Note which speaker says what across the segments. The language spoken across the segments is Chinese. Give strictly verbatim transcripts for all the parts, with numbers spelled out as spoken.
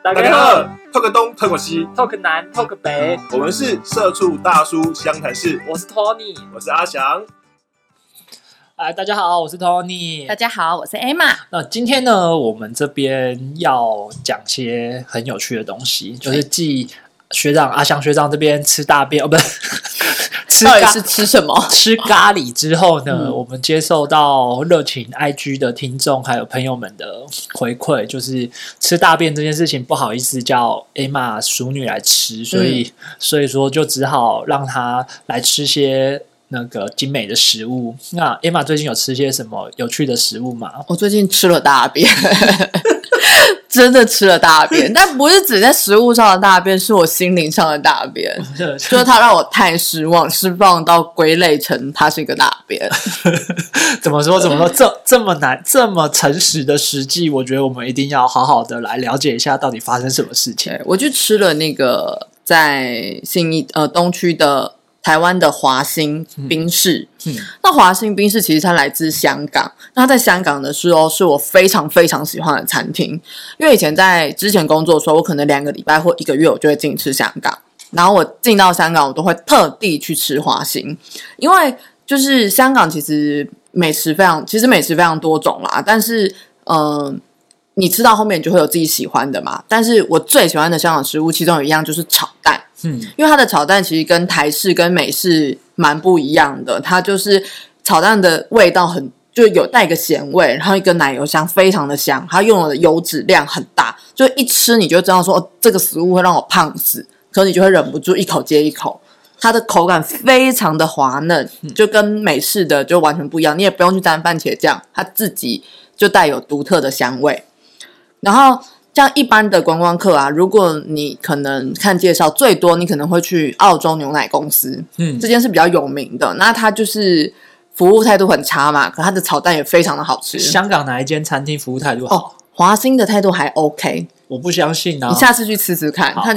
Speaker 1: 大家好 ，Talk 东 Talk 西
Speaker 2: ，Talk 南 Talk 北，
Speaker 1: 我们是社畜大叔湘潭市。
Speaker 2: 我是 Tony，
Speaker 1: 我是阿翔。
Speaker 2: 哎，大家好，我是 Tony。
Speaker 3: 大家好，我是 Emma。
Speaker 2: 那今天呢，我们这边要讲些很有趣的东西，就是继学长阿翔学长这边吃大便哦，不是。吃
Speaker 3: 到底是吃什么？
Speaker 2: 吃咖喱之后呢、嗯，我们接受到热情 I G 的听众还有朋友们的回馈，就是吃大便这件事情不好意思叫 Emma 淑女来吃，所以、嗯、所以说就只好让她来吃些那个精美的食物。那 Emma 最近有吃些什么有趣的食物吗？
Speaker 3: 我最近吃了大便。真的吃了大便，但不是指在食物上的大便，是我心灵上的大便。就是它让我太失望，失望到归类成它是一个大便。
Speaker 2: 怎么说？怎么说？这这么难，这么诚实的实际，我觉得我们一定要好好的来了解一下，到底发生什么事情。
Speaker 3: 我去吃了那个在信义呃东区的。台湾的华兴宾士、嗯嗯、那华兴宾士其实它来自香港，那在香港的时候是我非常非常喜欢的餐厅，因为以前在之前工作的时候，我可能两个礼拜或一个月我就会进吃香港，然后我进到香港我都会特地去吃华兴，因为就是香港其实美食非常其实美食非常多种啦，但是嗯、呃你吃到后面你就会有自己喜欢的嘛，但是我最喜欢的香港食物其中有一样就是炒蛋，嗯，因为它的炒蛋其实跟台式跟美式蛮不一样的，它就是炒蛋的味道很就有带一个咸味，然后一个奶油香非常的香，它用的油脂量很大，就一吃你就知道说、哦、这个食物会让我胖死，可是你就会忍不住一口接一口，它的口感非常的滑嫩，就跟美式的就完全不一样，你也不用去沾番茄酱，它自己就带有独特的香味。然后像一般的观光客啊，如果你可能看介绍最多你可能会去澳洲牛奶公司，嗯，这间是比较有名的，那它就是服务态度很差嘛，可它的炒蛋也非常的好吃。
Speaker 2: 香港哪一间餐厅服务态度好？
Speaker 3: 哦，华兴的态度还 OK，
Speaker 2: 我不相信啊，
Speaker 3: 你下次去吃吃看，它就是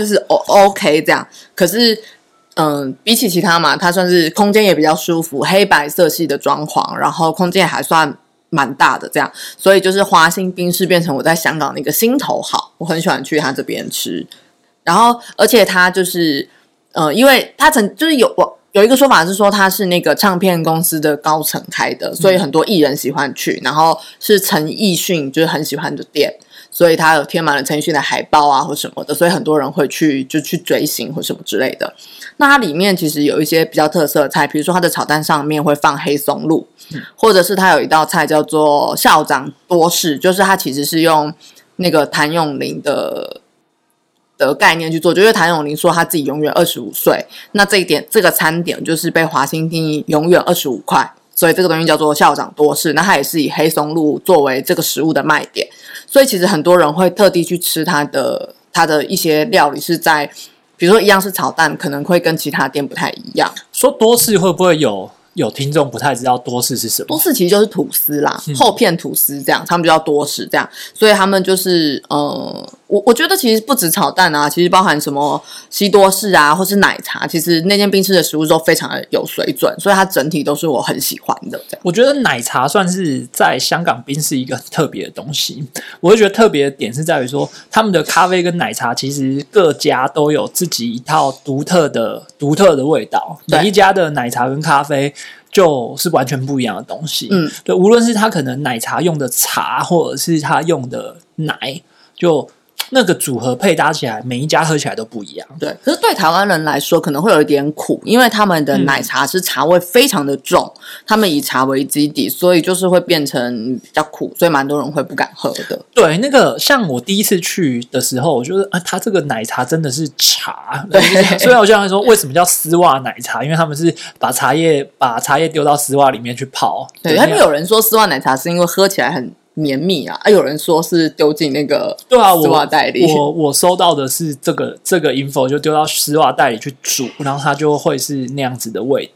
Speaker 3: OK 这样。可是嗯、呃，比起其他嘛，它算是空间也比较舒服，黑白色系的装潢，然后空间也还算蛮大的这样，所以就是华兴宾士变成我在香港的一个心头好，我很喜欢去他这边吃。然后而且他就是呃，因为他曾就是有有一个说法是说他是那个唱片公司的高层开的，所以很多艺人喜欢去，然后是陈奕迅就是很喜欢的店，所以他有贴满了陈奕迅的海报啊或什么的，所以很多人会去就去追星或什么之类的。那它里面其实有一些比较特色的菜，比如说它的炒蛋上面会放黑松露、嗯、或者是它有一道菜叫做校长多士，就是它其实是用那个谭咏麟的的概念去做，就因为谭咏麟说他自己永远二十五岁，那这一点这个餐点就是被华兴定义永远二十五块，所以这个东西叫做校长多士，那它也是以黑松露作为这个食物的卖点，所以其实很多人会特地去吃它的它的一些料理是在比如说一样是炒蛋，可能会跟其他店不太一样。
Speaker 2: 说多士会不会有有听众不太知道多士是什么？
Speaker 3: 多士其实就是吐司啦，嗯、厚片吐司这样，他们就叫多士这样，所以他们就是呃，我我觉得其实不止炒蛋啊，其实包含什么西多士啊，或是奶茶，其实那间宾士的食物都非常的有水准，所以它整体都是我很喜欢的这样。
Speaker 2: 我觉得奶茶算是在香港宾士一个很特别的东西，我会觉得特别的点是在于说，他们的咖啡跟奶茶其实各家都有自己一套独特的独特的味道，每一家的奶茶跟咖啡就是完全不一样的东西，嗯，对，无论是他可能奶茶用的茶，或者是他用的奶，就那个组合配搭起来，每一家喝起来都不一样。
Speaker 3: 对，可是对台湾人来说可能会有一点苦，因为他们的奶茶是茶味非常的重，嗯、他们以茶为基底，所以就是会变成比较苦，所以蛮多人会不敢喝的。
Speaker 2: 对，那个像我第一次去的时候，我觉得啊，它这个奶茶真的是茶。
Speaker 3: 对，
Speaker 2: 所以我就想说，为什么叫丝袜奶茶？因为他们是把茶叶把茶叶丢到丝袜里面去泡。
Speaker 3: 对，他们有人说丝袜奶茶是因为喝起来很绵密啊，啊有人说是丢进那个丝袜袋里。
Speaker 2: 对啊，我我我收到的是这个这个 info， 就丢到丝袜袋里去煮，然后它就会是那样子的味道。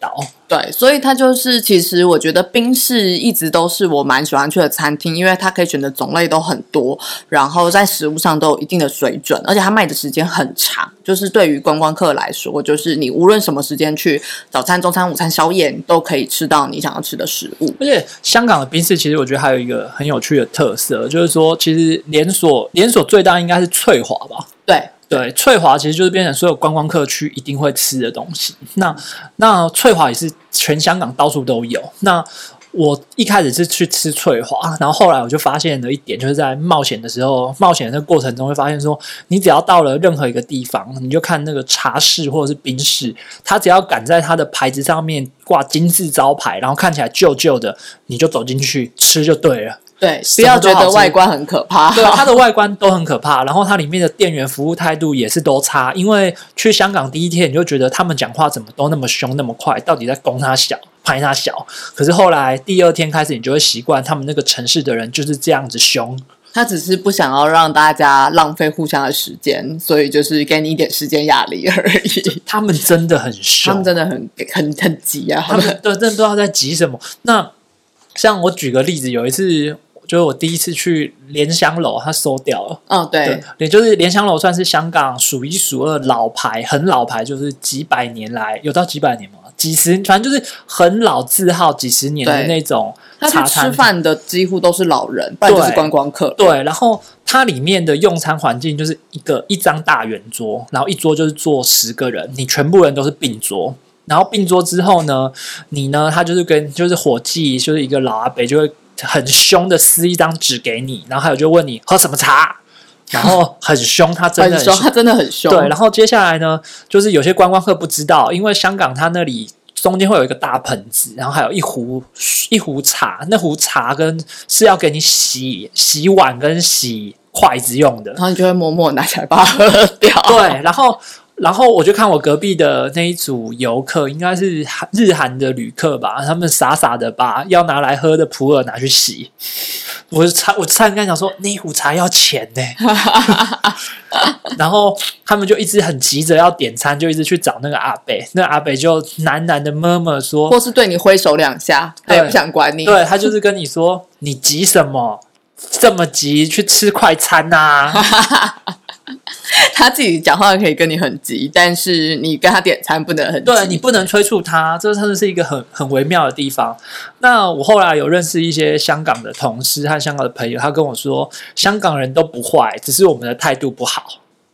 Speaker 3: 对，所以它就是其实我觉得宾士一直都是我蛮喜欢去的餐厅，因为它可以选的种类都很多，然后在食物上都有一定的水准，而且它卖的时间很长，就是对于观光客来说，就是你无论什么时间去，早餐、中餐、午餐、宵夜，你都可以吃到你想要吃的食物。
Speaker 2: 而且香港的宾士其实我觉得还有一个很有趣的特色，就是说其实连锁连锁最大应该是翠华吧？
Speaker 3: 对。
Speaker 2: 对，翠华其实就是变成所有观光客区一定会吃的东西。那那翠华也是全香港到处都有。那我一开始是去吃翠华，然后后来我就发现了一点，就是在冒险的时候，冒险的那个过程中会发现说，你只要到了任何一个地方，你就看那个茶室或者是宾士，它只要敢在它的牌子上面挂金字招牌，然后看起来旧旧的，你就走进去吃就对了。
Speaker 3: 对，不要觉得外观很可怕。
Speaker 2: 对，它的外观都很可怕，然后它里面的店员服务态度也是都差。因为去香港第一天，你就觉得他们讲话怎么都那么凶那么快，到底在攻他小拍他小？可是后来第二天开始，你就会习惯他们那个城市的人就是这样子凶。
Speaker 3: 他只是不想要让大家浪费互相的时间，所以就是给你一点时间压力而已。
Speaker 2: 他们真的很凶，
Speaker 3: 他们真的很很很急啊！
Speaker 2: 他们对真的不知道在急什么。那像我举个例子，有一次。就是我第一次去莲香楼，它收掉了。
Speaker 3: 哦，对，
Speaker 2: 也就是莲香楼算是香港数一数二老牌，很老牌，就是几百年来有到几百年吗？几十，反正就是很老字号，几十年的那种茶餐厅。
Speaker 3: 他去吃饭的几乎都是老人，不然就是观光客。
Speaker 2: 对，然后它里面的用餐环境就是一个一张大圆桌，然后一桌就是坐十个人，你全部人都是并桌。然后并桌之后呢，你呢，他就是跟就是伙计，就是一个老阿伯就会。很凶的撕一张纸给你，然后还有就问你喝什么茶，然后很凶，他真的很
Speaker 3: 凶，他真的很凶。
Speaker 2: 对，然后接下来呢，就是有些观光客不知道，因为香港它那里中间会有一个大盆子，然后还有一壶一壶茶，那壶茶跟是要给你洗洗碗跟洗筷子用的，
Speaker 3: 然后你就会默默拿起来把它喝掉。
Speaker 2: 对，然后。然后我就看我隔壁的那一组游客，应该是日韩的旅客吧，他们傻傻的把要拿来喝的普洱拿去洗。我差我差点跟他讲说，那一壶茶要钱呢、欸。然后他们就一直很急着要点餐，就一直去找那个阿伯，那个阿伯就喃喃的摸摸说，
Speaker 3: 或是对你挥手两下，他也不想管你。
Speaker 2: 对，他就是跟你说，你急什么？这么急去吃快餐啊？
Speaker 3: 他自己讲话可以跟你很急，但是你跟他点餐不能很急，
Speaker 2: 对，你不能催促他，这真的是一个很很微妙的地方。那我后来有认识一些香港的同事和香港的朋友，他跟我说，香港人都不坏，只是我们的态度不好。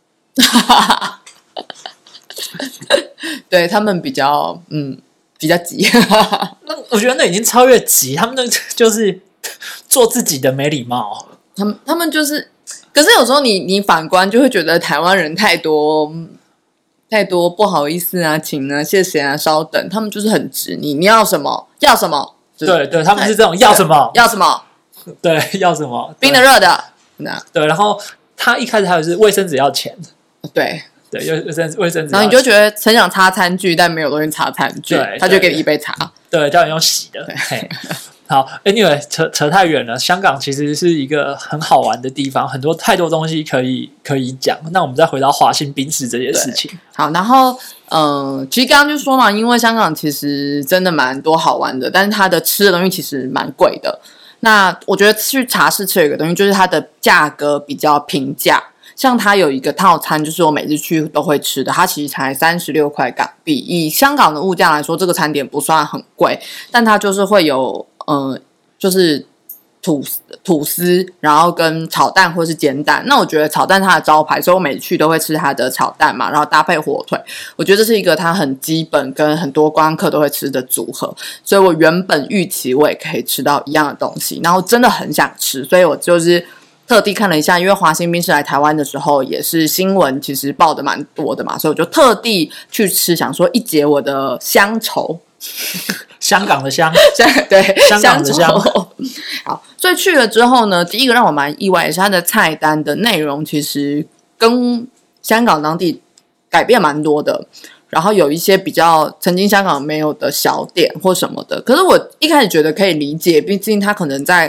Speaker 3: 对，他们比较嗯比较急。
Speaker 2: 那我觉得那已经超越急，他们那就是做自己的没礼貌。
Speaker 3: 他们他们就是。可是有时候你你反观就会觉得台湾人太多太多不好意思啊，请啊，谢谢啊，稍等，他们就是很直，你你要什么要什么，
Speaker 2: 对对，他们是这种要什么
Speaker 3: 要什么，
Speaker 2: 对要什么
Speaker 3: 冰的热的，那
Speaker 2: 对，然后他一开始还有是卫生纸要钱，
Speaker 3: 对
Speaker 2: 对，卫生卫生纸，
Speaker 3: 然后你就觉得很想擦餐具，但没有东西擦餐具，他就给你一杯茶，
Speaker 2: 对，叫你用洗的，嘿。好 ，Anyway， 扯扯太远了。香港其实是一个很好玩的地方，很多太多东西可以可以讲。那我们再回到华信宾士这件事情。
Speaker 3: 好，然后嗯、呃，其实刚刚就说嘛，因为香港其实真的蛮多好玩的，但是它的吃的东西其实蛮贵的。那我觉得去茶室吃有一个东西，就是它的价格比较平价。像它有一个套餐，就是我每次去都会吃的，它其实才三十六块港币。以香港的物价来说，这个餐点不算很贵，但它就是会有。呃，就是吐吐司，然后跟炒蛋或是煎蛋。那我觉得炒蛋它的招牌，所以我每次去都会吃它的炒蛋嘛，然后搭配火腿。我觉得这是一个它很基本跟很多观光客都会吃的组合。所以我原本预期我也可以吃到一样的东西，然后真的很想吃，所以我就是特地看了一下，因为华兴宾士来台湾的时候也是新闻其实报的蛮多的嘛，所以我就特地去吃，想说一解我的乡愁。
Speaker 2: 香港的香，
Speaker 3: 对，
Speaker 2: 香港的香。
Speaker 3: 好，所以去了之后呢，第一个让我蛮意外的是它的菜单的内容其实跟香港当地改变蛮多的，然后有一些比较曾经香港没有的小点或什么的。可是我一开始觉得可以理解，毕竟它可能在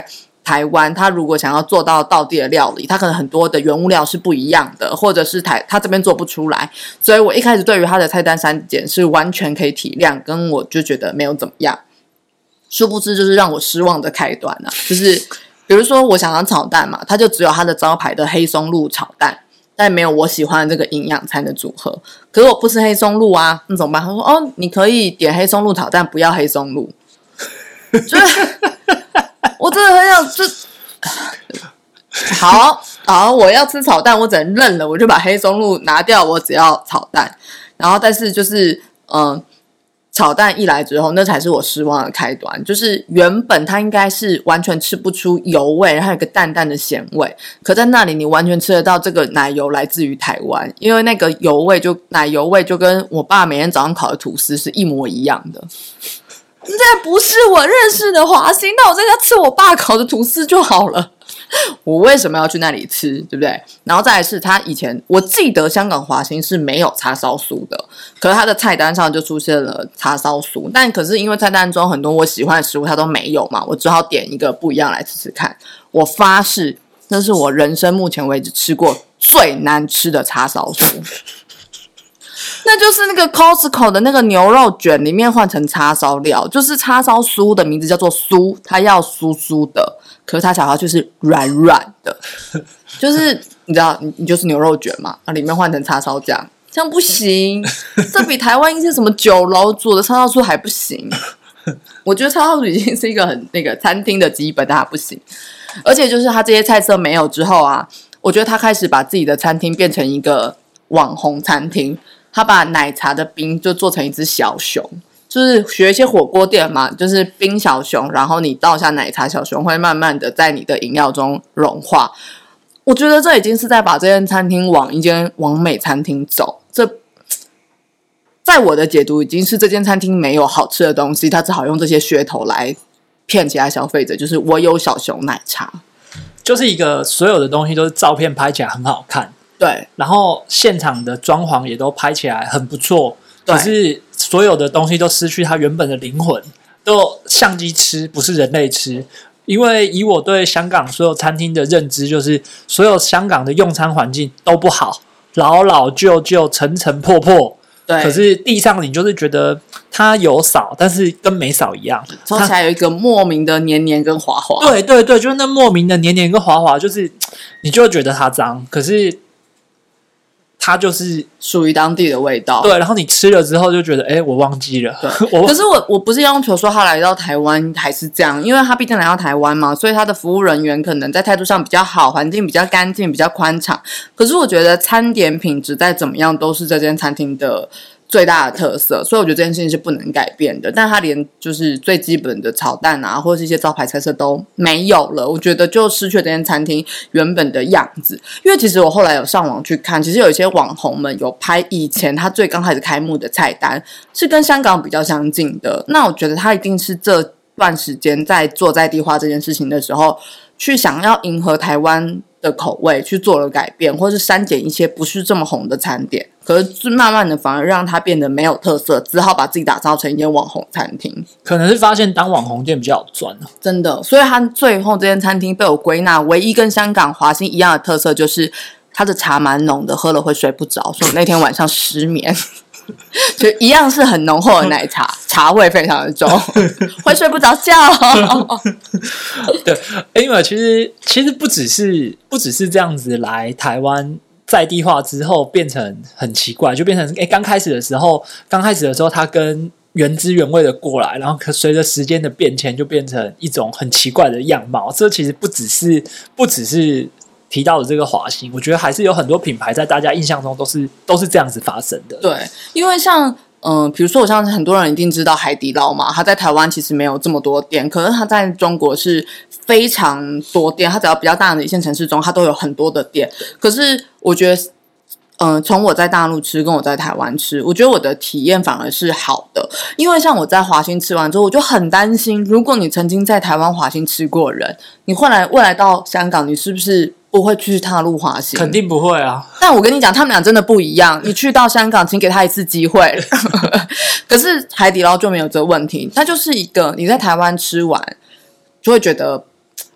Speaker 3: 台湾，他如果想要做到道地的料理，他可能很多的原物料是不一样的，或者是台他这边做不出来，所以我一开始对于他的菜单删减是完全可以体谅，跟我就觉得没有怎么样。殊不知就是让我失望的开端啊，就是比如说我想要炒蛋嘛，它就只有它的招牌的黑松露炒蛋，但没有我喜欢的这个营养餐的组合。可是我不吃黑松露啊，那怎么办？他说哦，你可以点黑松露炒蛋，不要黑松露。就是我真的很想就好好，我要吃炒蛋，我只能认了，我就把黑松露拿掉，我只要炒蛋。然后但是就是嗯。呃炒蛋一来之后，那才是我失望的开端。就是原本它应该是完全吃不出油味，然后有一个淡淡的咸味，可在那里你完全吃得到这个奶油来自于台湾，因为那个油味就奶油味就跟我爸每天早上烤的吐司是一模一样的。这不是我认识的华兴，那我在家吃我爸烤的吐司就好了。我为什么要去那里吃，对不对？然后再来是他以前我记得香港华兴是没有叉烧酥的，可是他的菜单上就出现了叉烧酥，但可是因为菜单中很多我喜欢的食物他都没有嘛，我只好点一个不一样来吃吃看。我发誓那是我人生目前为止吃过最难吃的叉烧酥。那就是那个 Costco 的那个牛肉卷里面换成叉烧料，就是叉烧酥的名字叫做酥，它要酥酥的，可是它想要就是软软的，就是你知道，你你就是牛肉卷嘛，那里面换成叉烧酱，这样不行，这比台湾一些什么酒楼做的叉烧酥还不行。我觉得叉烧酥已经是一个很那个餐厅的基本，但它不行。而且就是它这些菜色没有之后啊，我觉得他开始把自己的餐厅变成一个网红餐厅。他把奶茶的冰就做成一只小熊，就是学一些火锅店嘛，就是冰小熊，然后你倒下奶茶，小熊会慢慢的在你的饮料中融化。我觉得这已经是在把这间餐厅往一间网美餐厅走，这在我的解读已经是这间餐厅没有好吃的东西，他只好用这些噱头来骗其他消费者，就是我有小熊奶茶，
Speaker 2: 就是一个所有的东西都是照片拍起来很好看，
Speaker 3: 对，
Speaker 2: 然后现场的装潢也都拍起来很不错，可是所有的东西都失去它原本的灵魂，都相机吃不是人类吃。因为以我对香港所有餐厅的认知，就是所有香港的用餐环境都不好，老老旧旧陈陈破破，
Speaker 3: 对，
Speaker 2: 可是地上你就是觉得它有扫，但是跟没扫一样，
Speaker 3: 抽起来有一个莫名的黏黏跟滑滑，
Speaker 2: 对对对，就是那莫名的黏黏跟滑滑，就是你就会觉得它脏，可是它就是
Speaker 3: 属于当地的味道。
Speaker 2: 对，然后你吃了之后就觉得，哎，我忘记了。
Speaker 3: 对，可是我我不是要求说他来到台湾还是这样，因为他毕竟来到台湾嘛，所以他的服务人员可能在态度上比较好，环境比较干净，比较宽敞。可是我觉得餐点品质再怎么样都是这间餐厅的最大的特色，所以我觉得这件事情是不能改变的。但他连就是最基本的炒蛋啊，或者是一些招牌菜色都没有了，我觉得就失去了这间餐厅原本的样子。因为其实我后来有上网去看，其实有一些网红们有拍以前他最刚开始开幕的菜单，是跟香港比较相近的。那我觉得他一定是这段时间在做在地化这件事情的时候，去想要迎合台湾的口味去做了改变，或是删减一些不是这么红的餐点，可是慢慢的反而让它变得没有特色，只好把自己打造成一间网红餐厅。
Speaker 2: 可能是发现当网红店比较好赚、啊、
Speaker 3: 真的。所以他最后这间餐厅被我归纳唯一跟香港华兴一样的特色，就是它的茶蛮浓的，喝了会睡不着，所以我那天晚上失眠。就一样是很浓厚的奶茶，茶味非常的重，会睡不着觉。
Speaker 2: 对，因为其实其实不只是不只是这样子来台湾在地化之后变成很奇怪，就变成哎，刚开始的时候，刚开始的时候它跟原汁原味的过来，然后随着时间的变迁，就变成一种很奇怪的样貌。这其实不只是不只是提到的这个华兴，我觉得还是有很多品牌在大家印象中都是都是这样子发生的。
Speaker 3: 对，因为像嗯、呃，比如说我像很多人一定知道海底捞嘛，它在台湾其实没有这么多店，可是它在中国是非常多店，它只要比较大的一线城市中，它都有很多的店。可是我觉得嗯、呃，从我在大陆吃跟我在台湾吃，我觉得我的体验反而是好的。因为像我在华兴吃完之后，我就很担心，如果你曾经在台湾华兴吃过的人，你后来未来到香港，你是不是不会去踏入华兴？
Speaker 2: 肯定不会啊！
Speaker 3: 但我跟你讲，他们俩真的不一样。你去到香港，请给他一次机会。可是海底捞就没有这个问题，它就是一个你在台湾吃完就会觉得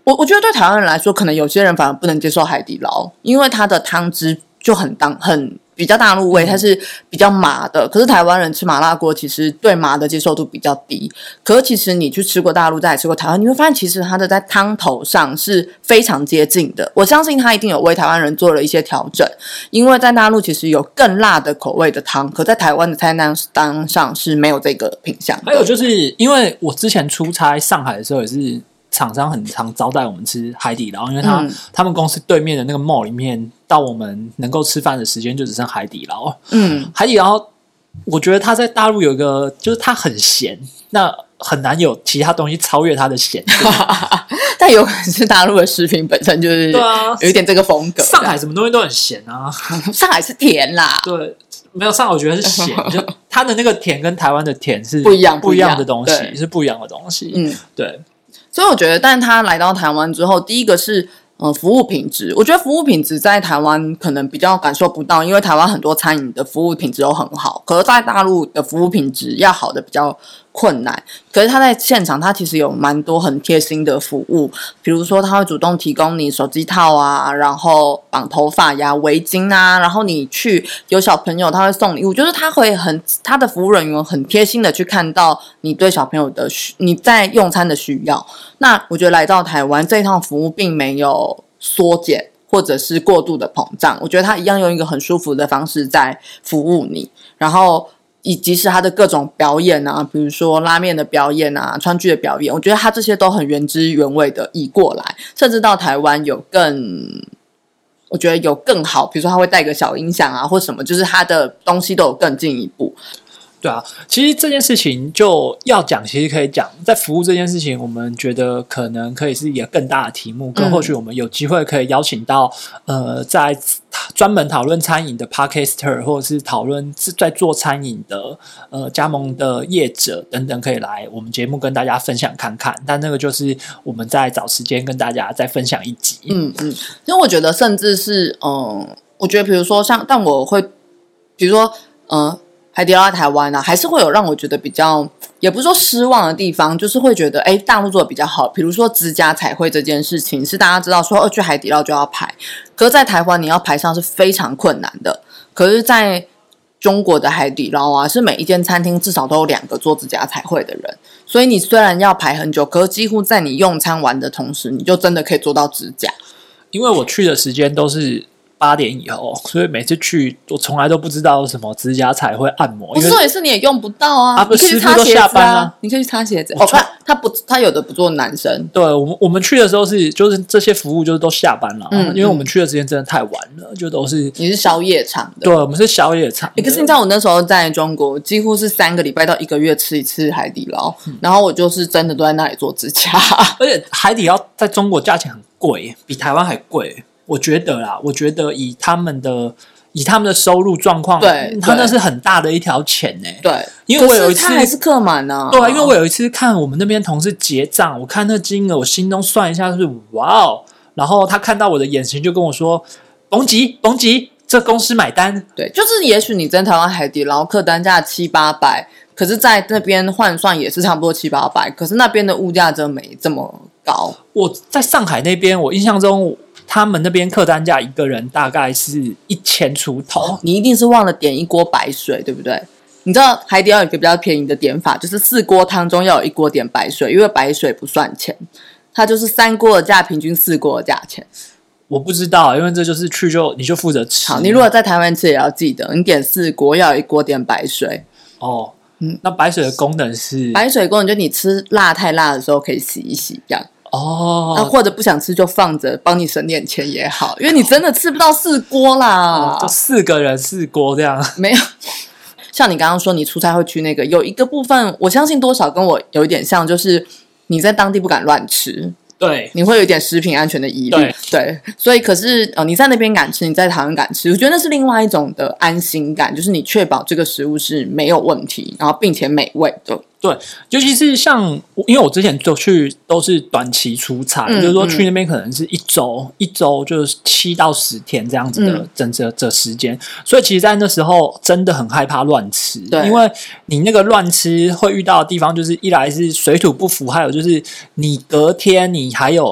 Speaker 3: 我我觉得对台湾人来说，可能有些人反而不能接受海底捞，因为它的汤汁就很当很比较大陆味，它是比较麻的。可是台湾人吃麻辣锅，其实对麻的接受度比较低。可是其实你去吃过大陆，再来吃过台湾，你会发现其实它的在汤头上是非常接近的。我相信它一定有为台湾人做了一些调整，因为在大陆其实有更辣的口味的汤，可在台湾的菜单上是没有这个品项的。
Speaker 2: 还有就是因为我之前出差上海的时候也是。厂商很常招待我们吃海底捞，因为他、嗯、他们公司对面的那个 mall 里面，到我们能够吃饭的时间就只剩海底捞。嗯，海底捞，我觉得它在大陆有一个，就是它很咸，那很难有其他东西超越它的咸。
Speaker 3: 但有可能是大陆的食品本身就是对啊，有一点这个风格。
Speaker 2: 上海什么东西都很咸啊，
Speaker 3: 上海是甜啦，
Speaker 2: 对。没有上海，我觉得是咸，就它的那个甜跟台湾的甜是
Speaker 3: 不一样
Speaker 2: 不一样的东西，是不一样的东西。嗯，对。
Speaker 3: 所以我觉得，但他来到台湾之后，第一个是呃服务品质。我觉得服务品质在台湾可能比较感受不到，因为台湾很多餐饮的服务品质都很好，可是在大陆的服务品质要好的比较困难。可是他在现场，他其实有蛮多很贴心的服务，比如说他会主动提供你手机套啊，然后绑头发呀、围巾啊，然后你去有小朋友，他会送礼物，就是他会很他的服务人员很贴心的去看到你对小朋友的需你在用餐的需要。那我觉得来到台湾这一套服务并没有缩减或者是过度的膨胀，我觉得他一样用一个很舒服的方式在服务你，然后以及是他的各种表演啊，比如说拉面的表演啊、川剧的表演，我觉得他这些都很原汁原味的移过来，甚至到台湾有更，我觉得有更好，比如说他会带个小音响啊或什么，就是他的东西都有更进一步。
Speaker 2: 对啊，其实这件事情就要讲，其实可以讲，在服务这件事情，我们觉得可能可以是一个更大的题目，跟或许我们有机会可以邀请到、嗯、呃，在专门讨论餐饮的 podcaster， 或者是讨论在做餐饮的呃加盟的业者等等，可以来我们节目跟大家分享看看。但那个就是我们再找时间跟大家再分享一集。
Speaker 3: 嗯嗯，因为我觉得甚至是嗯，我觉得比如说像，但我会比如说嗯。海底捞在台湾啊，还是会有让我觉得比较，也不是说失望的地方，就是会觉得，哎，大陆做的比较好。比如说指甲彩绘这件事情，是大家知道说，哦，去海底捞就要排，可是在台湾你要排上是非常困难的。可是在中国的海底捞啊，是每一间餐厅至少都有两个做指甲彩绘的人，所以你虽然要排很久，可是几乎在你用餐完的同时，你就真的可以做到指甲。
Speaker 2: 因为我去的时间都是八点以后，所以每次去我从来都不知道什么指甲彩绘按摩。
Speaker 3: 不是，也是你也用不到啊！
Speaker 2: 啊，不，师傅都下班了、啊，
Speaker 3: 你可以去擦鞋子。哦，他他不，他有的不做男生。
Speaker 2: 对，我们我们去的时候是，就是这些服务就是都下班了，嗯，因为我们去的时间真的太晚了，就都是
Speaker 3: 你是宵夜场的，
Speaker 2: 对，我们是宵夜场、
Speaker 3: 欸。可是你知道，我那时候在中国，几乎是三个礼拜到一个月吃一次海底捞、嗯，然后我就是真的都在那里做指甲，
Speaker 2: 而且海底捞在中国价钱很贵，比台湾还贵。我觉得啦，我觉得以他们的以他们的收入状况，
Speaker 3: 对，
Speaker 2: 他那是很大的一条钱呢、欸。
Speaker 3: 对，
Speaker 2: 因为我有一次
Speaker 3: 他还是客满啊。
Speaker 2: 对啊，因为我有一次看我们那边同事结账，我看那金额，我心中算一下是哇哦，然后他看到我的眼神就跟我说：“甭急，甭急，这公司买单。”
Speaker 3: 对，就是也许你在台湾海底捞客单价七八百，可是在那边换算也是差不多七八百，可是那边的物价真没这么高。
Speaker 2: 我在上海那边，我印象中。他们那边客单价一个人大概是一千出头、哦，
Speaker 3: 你一定是忘了点一锅白水，对不对？你知道海底捞有一个比较便宜的点法，就是四锅汤中要有一锅点白水，因为白水不算钱，它就是三锅的价平均四锅的价钱。
Speaker 2: 我不知道，因为这就是去就你就负责吃。
Speaker 3: 好，你如果在台湾吃也要记得，你点四锅要有一锅点白水。
Speaker 2: 哦，嗯，那白水的功能是？
Speaker 3: 白水功能就你吃辣太辣的时候可以洗一洗，这样。
Speaker 2: 哦，
Speaker 3: 啊，或者不想吃就放着，帮你省点钱也好，因为你真的吃不到四锅啦，
Speaker 2: 哦、就四个人四锅这样。
Speaker 3: 没有，像你刚刚说你出差会去那个，有一个部分我相信多少跟我有一点像，就是你在当地不敢乱吃。
Speaker 2: 对，
Speaker 3: 你会有一点食品安全的疑虑，
Speaker 2: 对，
Speaker 3: 对，所以可是呃，你在那边敢吃，你在台湾敢吃，我觉得那是另外一种的安心感，就是你确保这个食物是没有问题，然后并且美味的。
Speaker 2: 对，尤其是像因为我之前就去都是短期出差，嗯、就是说去那边可能是一周，嗯、一周就是七到十天这样子的整整这时间，所以其实，在那时候真的很害怕乱吃，因为你那个乱吃会遇到的地方，就是一来是水土不服，还有就是你隔天你还有。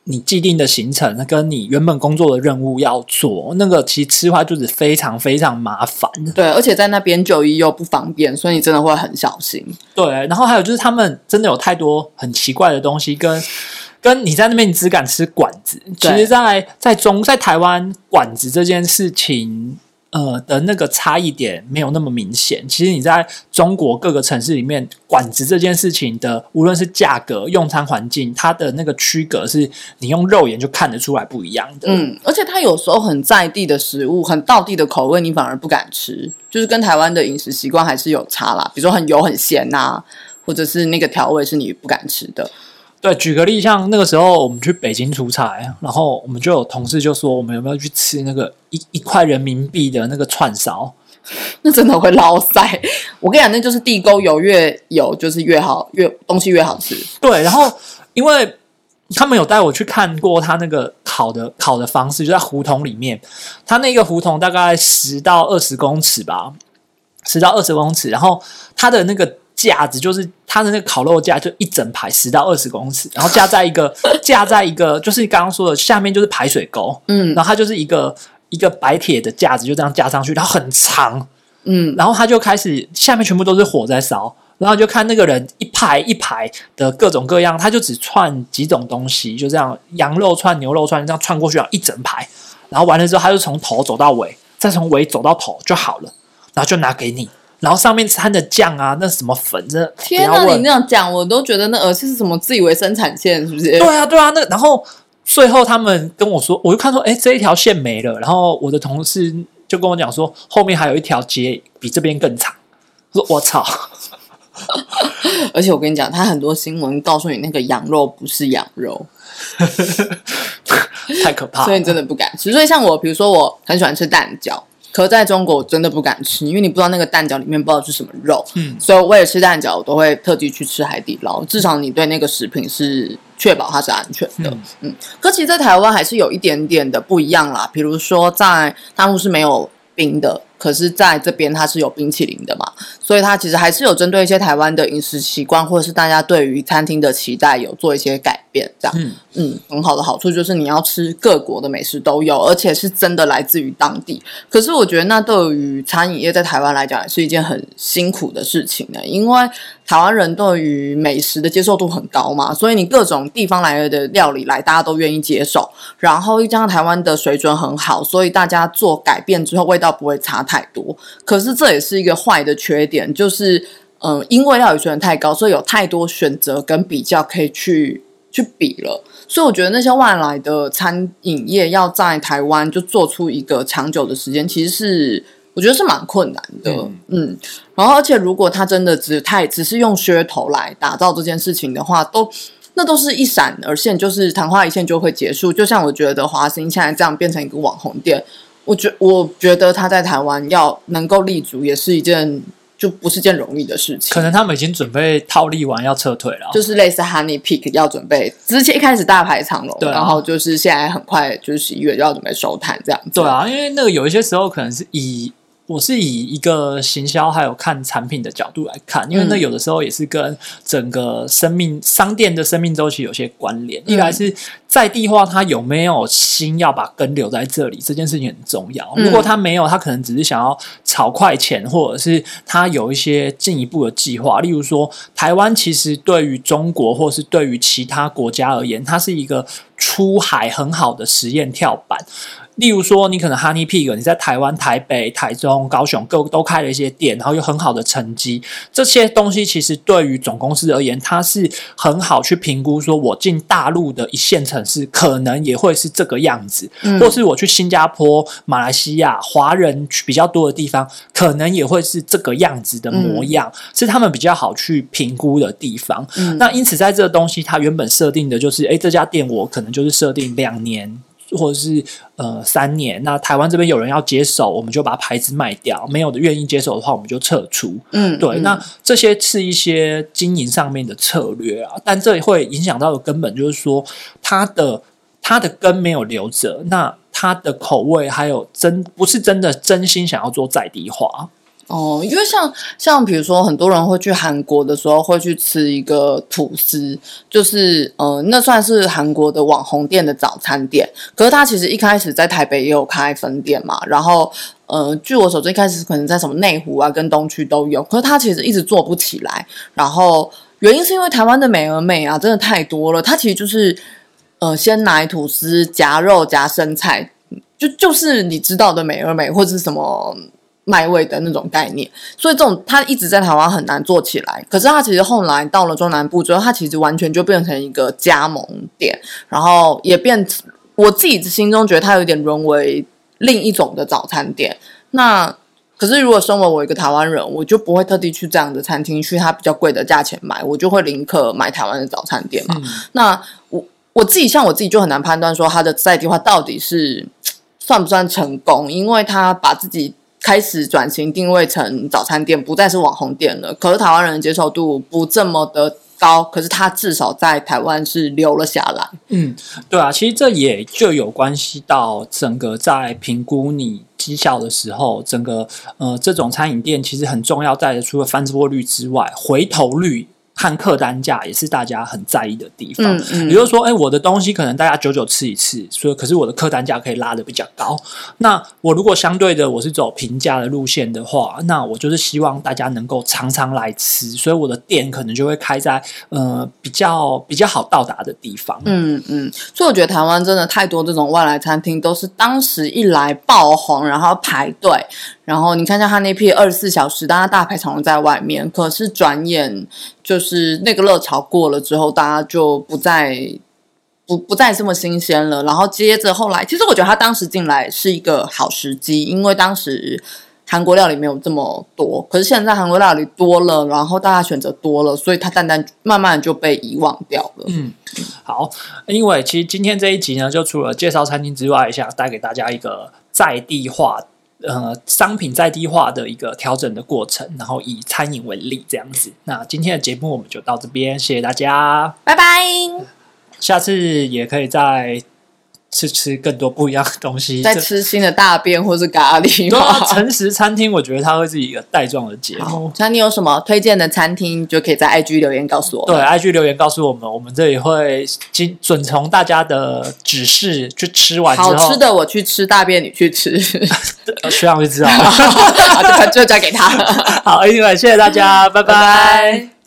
Speaker 2: 你既定的行程跟你原本工作的任务要做，那个其实吃坏肚子非常非常麻烦。
Speaker 3: 对，而且在那边就医又不方便，所以你真的会很小心。
Speaker 2: 对，然后还有就是他们真的有太多很奇怪的东西跟。跟你在那边你只敢吃馆子，其实在在中在台湾馆子这件事情呃的那个差异点没有那么明显。其实你在中国各个城市里面，馆子这件事情的无论是价格、用餐环境，它的那个区隔是你用肉眼就看得出来不一样的。
Speaker 3: 嗯，而且它有时候很在地的食物，很道地的口味，你反而不敢吃，就是跟台湾的饮食习惯还是有差啦。比如说很油很咸啊，或者是那个调味是你不敢吃的。
Speaker 2: 对，举个例，像那个时候我们去北京出差，然后我们就有同事就说，我们有没有去吃那个一一块人民币的那个串烧？
Speaker 3: 那真的会落腮。我跟你讲，那就是地沟油越油就是越好，越东西越好吃。
Speaker 2: 对，然后因为他们有带我去看过他那个烤的烤的方式，就在胡同里面，他那个胡同大概十到二十公尺吧，十到二十公尺，然后他的那个。架子就是它的那个烤肉架，就一整排十到二十公尺，然后架在一个架在一个，就是刚刚说的下面就是排水沟，嗯，然后它就是一个一个白铁的架子，就这样架上去，然后很长，嗯，然后它就开始下面全部都是火在烧，然后就看那个人一排一排的各种各样，他就只串几种东西，就这样羊肉串、牛肉串这样串过去，然后一整排，然后完了之后，他就从头走到尾，再从尾走到头就好了，然后就拿给你。然后上面掺的酱啊，那什么粉，真的
Speaker 3: 天哪！你那样讲，我都觉得那而且是什么自以为生产线，是不是？
Speaker 2: 对啊，对啊。那然后最后他们跟我说，我就看说，哎，这一条线没了。然后我的同事就跟我讲说，后面还有一条街比这边更长。我说我操！
Speaker 3: 而且我跟你讲，他很多新闻告诉你那个羊肉不是羊肉，
Speaker 2: 太可怕了，
Speaker 3: 所以你真的不敢吃。所以像我，比如说我很喜欢吃蛋饺。可在中国我真的不敢吃，因为你不知道那个蛋饺里面不知道是什么肉，嗯，所以我为了吃蛋饺，我都会特地去吃海底捞，至少你对那个食品是确保它是安全的，嗯。嗯可其实，在台湾还是有一点点的不一样啦，比如说在大陆是没有冰的，可是在这边它是有冰淇淋的嘛，所以它其实还是有针对一些台湾的饮食习惯，或者是大家对于餐厅的期待有做一些改变，这样，嗯嗯，很好的好处就是你要吃各国的美食都有，而且是真的来自于当地。可是我觉得那对于餐饮业在台湾来讲也是一件很辛苦的事情呢，因为台湾人对于美食的接受度很高嘛，所以你各种地方来的料理来大家都愿意接受，然后又加上台湾的水准很好，所以大家做改变之后味道不会差太多。可是这也是一个坏的缺点，就是嗯，因为料理水准太高，所以有太多选择跟比较可以去去比了。所以我觉得那些外来的餐饮业要在台湾就做出一个长久的时间，其实是我觉得是蛮困难的，嗯，嗯然后而且如果他真的只太只是用噱头来打造这件事情的话，都那都是一闪而现，就是昙花一现就会结束。就像我觉得华兴现在这样变成一个网红店，我觉我觉得他在台湾要能够立足，也是一件就不是件容易的事情。
Speaker 2: 可能他们已经准备套利完要撤退了，
Speaker 3: 就是类似 Honey Peak 要准备之前一开始大排长龙，
Speaker 2: 啊、
Speaker 3: 然后就是现在很快就是十一月就要准备收摊这样子。
Speaker 2: 对啊，因为那个有一些时候可能是以。我是以一个行销还有看产品的角度来看，因为那有的时候也是跟整个生命商店的生命周期有些关联。一来是在地化，它有没有心要把根留在这里，这件事情很重要。如果他没有，他可能只是想要炒快钱，或者是他有一些进一步的计划。例如说，台湾其实对于中国或是对于其他国家而言，它是一个出海很好的实验跳板。例如说，你可能 Honey Pig 你在台湾、台北、台中、高雄各都开了一些店，然后有很好的成绩。这些东西其实对于总公司而言，它是很好去评估，说我进大陆的一线城市可能也会是这个样子，嗯、或是我去新加坡、马来西亚华人比较多的地方，可能也会是这个样子的模样，嗯、是他们比较好去评估的地方。嗯、那因此，在这个东西，它原本设定的就是，哎，这家店我可能就是设定两年。或者是呃三年，那台湾这边有人要接手，我们就把牌子卖掉；没有的愿意接手的话，我们就撤出。嗯，对。嗯、那这些是一些经营上面的策略啊，但这会影响到的根本就是说，它的它的根没有留着，那它的口味还有真不是真的真心想要做在地化。
Speaker 3: 哦，因为像像比如说很多人会去韩国的时候会去吃一个吐司，就是呃那算是韩国的网红店的早餐店，可是它其实一开始在台北也有开分店嘛，然后呃据我所知一开始可能在什么内湖啊跟东区都有，可是它其实一直做不起来，然后原因是因为台湾的美而美啊真的太多了，它其实就是呃鲜奶吐司夹肉夹生菜，就就是你知道的美而美或者是什么麦味的那种概念，所以这种它一直在台湾很难做起来。可是它其实后来到了中南部之后，它其实完全就变成一个加盟店，然后也变，我自己心中觉得它有点沦为另一种的早餐店。那可是如果身为我一个台湾人，我就不会特地去这样的餐厅去它比较贵的价钱买，我就会宁可买台湾的早餐店嘛。嗯、那我我自己像我自己就很难判断说它的在地化到底是算不算成功，因为它把自己开始转型定位成早餐店，不再是网红店了。可是台湾人的接受度不这么的高，可是它至少在台湾是留了下来。
Speaker 2: 嗯，对啊，其实这也就有关系到整个在评估你绩效的时候，整个呃这种餐饮店其实很重要，在除了翻桌率之外，回头率和客单价也是大家很在意的地方。嗯嗯，也就是说，哎，我的东西可能大家久久吃一次，所以可是我的客单价可以拉得比较高。那我如果相对的我是走平价的路线的话，那我就是希望大家能够常常来吃，所以我的店可能就会开在呃比较比较好到达的地方。
Speaker 3: 嗯嗯，所以我觉得台湾真的太多这种外来餐厅，都是当时一来爆红，然后排队。然后你看一下他那批二十四小时，大家大排长龙在外面，可是转眼就是那个热潮过了之后，大家就不再不不再这么新鲜了。然后接着后来，其实我觉得他当时进来是一个好时机，因为当时韩国料理没有这么多，可是现在韩国料理多了，然后大家选择多了，所以它淡淡慢慢就被遗忘掉了。
Speaker 2: 嗯，好，因为其实今天这一集呢，就除了介绍餐厅之外，想带给大家一个在地化。呃，商品在地化的一个调整的过程，然后以餐饮为例这样子。那今天的节目我们就到这边，谢谢大家，
Speaker 3: 拜拜。
Speaker 2: 下次也可以再吃吃更多不一样的东西，
Speaker 3: 再吃新的大便或是咖喱。
Speaker 2: 对啊，诚实餐厅我觉得它会是一个带状的节目。
Speaker 3: 那你有什么推荐的餐厅，就可以在 I G 留言告诉我们。
Speaker 2: 对 ，I G 留言告诉我们，我们这里会遵从大家的指示去吃完之后，
Speaker 3: 好吃的我去吃，大便你去吃。
Speaker 2: 学长就知道了，
Speaker 3: 好，就就交给他。
Speaker 2: 好，因为谢谢大家，拜拜。
Speaker 3: 拜拜。